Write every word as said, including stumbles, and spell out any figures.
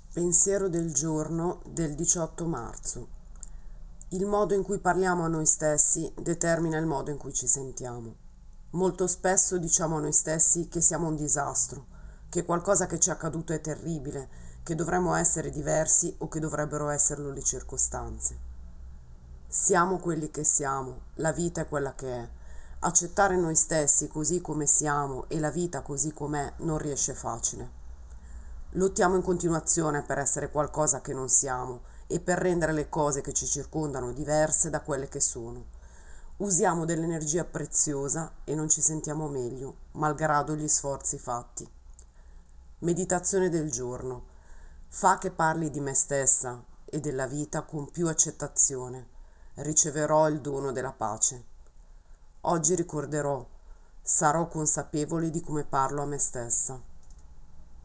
Pensiero del giorno del diciotto marzo. Il modo in cui parliamo a noi stessi determina il modo in cui ci sentiamo. Molto spesso diciamo a noi stessi che siamo un disastro, che qualcosa che ci è accaduto è terribile, che dovremmo essere diversi o che dovrebbero esserlo le circostanze. Siamo quelli che siamo, la vita è quella che è. Accettare noi stessi così come siamo e la vita così com'è non riesce facile. Lottiamo in continuazione per essere qualcosa che non siamo e per rendere le cose che ci circondano diverse da quelle che sono. Usiamo dell'energia preziosa e non ci sentiamo meglio, malgrado gli sforzi fatti. Meditazione del giorno. Fa che parli di me stessa e della vita con più accettazione. Riceverò il dono della pace. Oggi ricorderò, sarò consapevole di come parlo a me stessa.